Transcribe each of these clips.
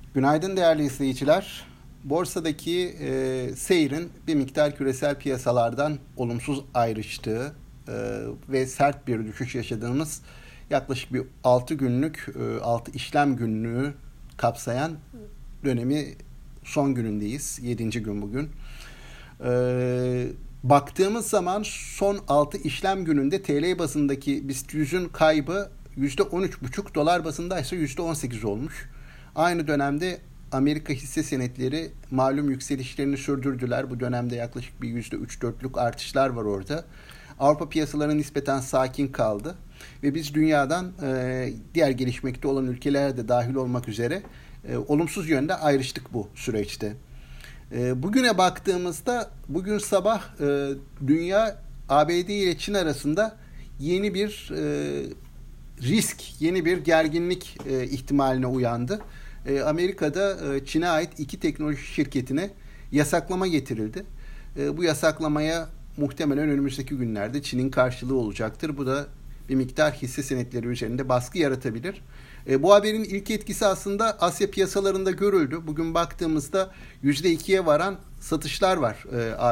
Günaydın değerli izleyiciler. Borsadaki seyrin bir miktar küresel piyasalardan olumsuz ayrıştığı ve sert bir düşüş yaşadığımız yaklaşık bir 6 günlük 6 işlem günlüğü kapsayan dönemi son günündeyiz. 7. gün bugün. Baktığımız zaman son 6 işlem gününde TL bazındaki BIST 100'ün kaybı %13,5, dolar bazında ise %18 olmuş. Aynı dönemde Amerika hisse senetleri malum yükselişlerini sürdürdüler. Bu dönemde yaklaşık bir %3-4'lük artışlar var orada. Avrupa piyasaları nispeten sakin kaldı. Ve biz dünyadan diğer gelişmekte olan ülkelere de dahil olmak üzere olumsuz yönde ayrıştık bu süreçte. Bugüne baktığımızda bugün sabah dünya ABD ile Çin arasında yeni bir risk, yeni bir gerginlik ihtimaline uyandı. Amerika'da Çin'e ait 2 teknoloji şirketine yasaklama getirildi. Bu yasaklamaya muhtemelen önümüzdeki günlerde Çin'in karşılığı olacaktır. Bu da bir miktar hisse senetleri üzerinde baskı yaratabilir. Bu haberin ilk etkisi aslında Asya piyasalarında görüldü. Bugün baktığımızda %2'ye varan satışlar var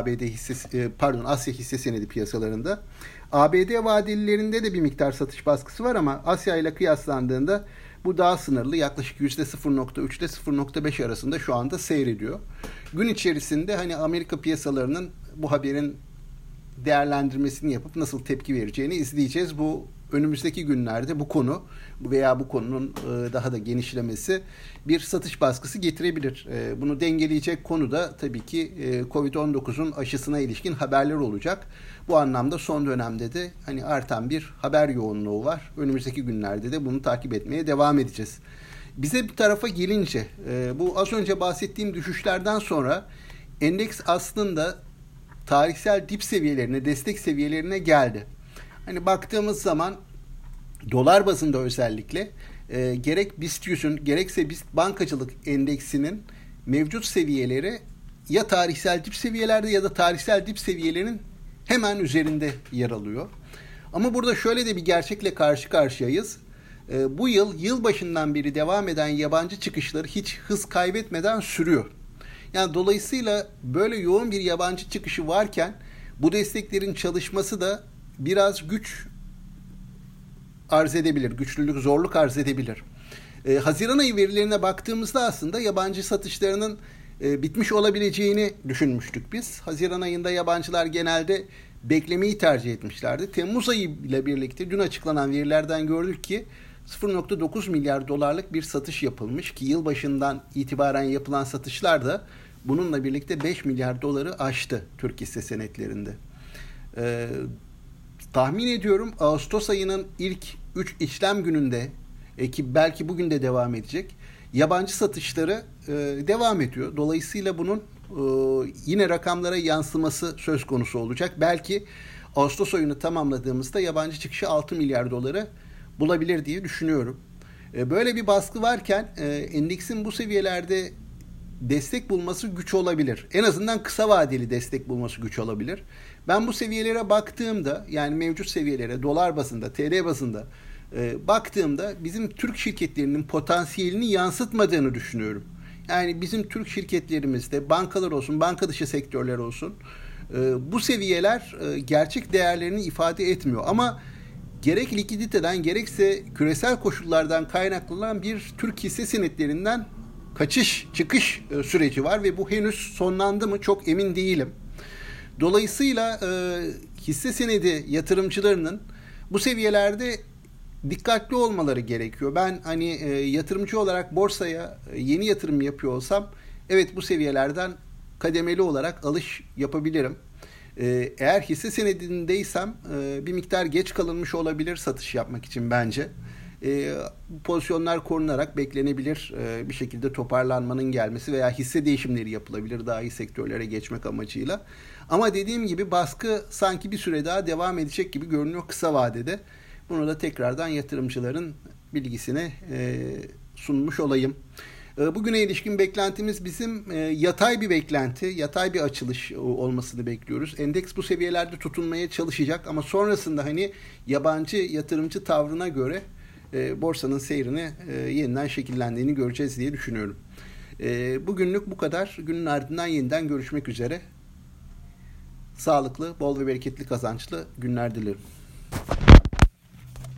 Asya hisse senedi piyasalarında. ABD vadelilerinde de bir miktar satış baskısı var ama Asya ile kıyaslandığında bu daha sınırlı. Yaklaşık %0,3 ile 0,5 arasında şu anda seyrediyor. Gün içerisinde Amerika piyasalarının bu haberin değerlendirmesini yapıp nasıl tepki vereceğini izleyeceğiz. Bu önümüzdeki günlerde bu konu veya bu konunun daha da genişlemesi bir satış baskısı getirebilir. Bunu dengeleyecek konu da tabii ki Covid-19'un aşısına ilişkin haberler olacak. Bu anlamda son dönemde de artan bir haber yoğunluğu var. Önümüzdeki günlerde de bunu takip etmeye devam edeceğiz. Bize bir tarafa gelince bu az önce bahsettiğim düşüşlerden sonra endeks aslında tarihsel dip seviyelerine, destek seviyelerine geldi. Baktığımız zaman dolar bazında özellikle gerek BIST 100'ün gerekse BIST bankacılık endeksinin mevcut seviyeleri ya tarihsel dip seviyelerde ya da tarihsel dip seviyelerinin hemen üzerinde yer alıyor. Ama burada şöyle de bir gerçekle karşı karşıyayız. Bu yıl başından beri devam eden yabancı çıkışları hiç hız kaybetmeden sürüyor. Dolayısıyla böyle yoğun bir yabancı çıkışı varken bu desteklerin çalışması da biraz güç arz edebilir, zorluk arz edebilir. Haziran ayı verilerine baktığımızda aslında yabancı satışlarının bitmiş olabileceğini düşünmüştük biz. Haziran ayında yabancılar genelde beklemeyi tercih etmişlerdi. Temmuz ayı ile birlikte dün açıklanan verilerden gördük ki 0,9 milyar dolarlık bir satış yapılmış ki yılbaşından itibaren yapılan satışlar da bununla birlikte 5 milyar doları aştı Türk hisse senetlerinde. Tahmin ediyorum Ağustos ayının ilk 3 işlem gününde ki belki bugün de devam edecek yabancı satışları devam ediyor. Dolayısıyla bunun yine rakamlara yansıması söz konusu olacak. Belki Ağustos ayını tamamladığımızda yabancı çıkışı 6 milyar doları bulabilir diye düşünüyorum. Böyle bir baskı varken endeksin bu seviyelerde destek bulması güç olabilir. En azından kısa vadeli destek bulması güç olabilir. Ben bu seviyelere baktığımda mevcut seviyelere dolar bazında, TL bazında baktığımda bizim Türk şirketlerinin potansiyelini yansıtmadığını düşünüyorum. Bizim Türk şirketlerimizde bankalar olsun, banka dışı sektörler olsun bu seviyeler gerçek değerlerini ifade etmiyor. Ama gerek likiditeden gerekse küresel koşullardan kaynaklanan bir Türk hisse senetlerinden çıkış süreci var ve bu henüz sonlandı mı çok emin değilim. Dolayısıyla hisse senedi yatırımcılarının bu seviyelerde dikkatli olmaları gerekiyor. Ben yatırımcı olarak borsaya yeni yatırım yapıyor olsam evet bu seviyelerden kademeli olarak alış yapabilirim. Eğer hisse senedindeysem bir miktar geç kalınmış olabilir satış yapmak için bence. Pozisyonlar korunarak beklenebilir bir şekilde toparlanmanın gelmesi veya hisse değişimleri yapılabilir daha iyi sektörlere geçmek amacıyla. Ama dediğim gibi baskı sanki bir süre daha devam edecek gibi görünüyor kısa vadede. Bunu da tekrardan yatırımcıların bilgisine sunmuş olayım. Bugüne ilişkin beklentimiz bizim yatay bir beklenti, yatay bir açılış olmasını bekliyoruz. Endeks bu seviyelerde tutunmaya çalışacak ama sonrasında yabancı yatırımcı tavrına göre borsanın seyrini yeniden şekillendiğini göreceğiz diye düşünüyorum. Bugünlük bu kadar. Günün ardından yeniden görüşmek üzere. Sağlıklı, bol ve bereketli kazançlı günler dilerim.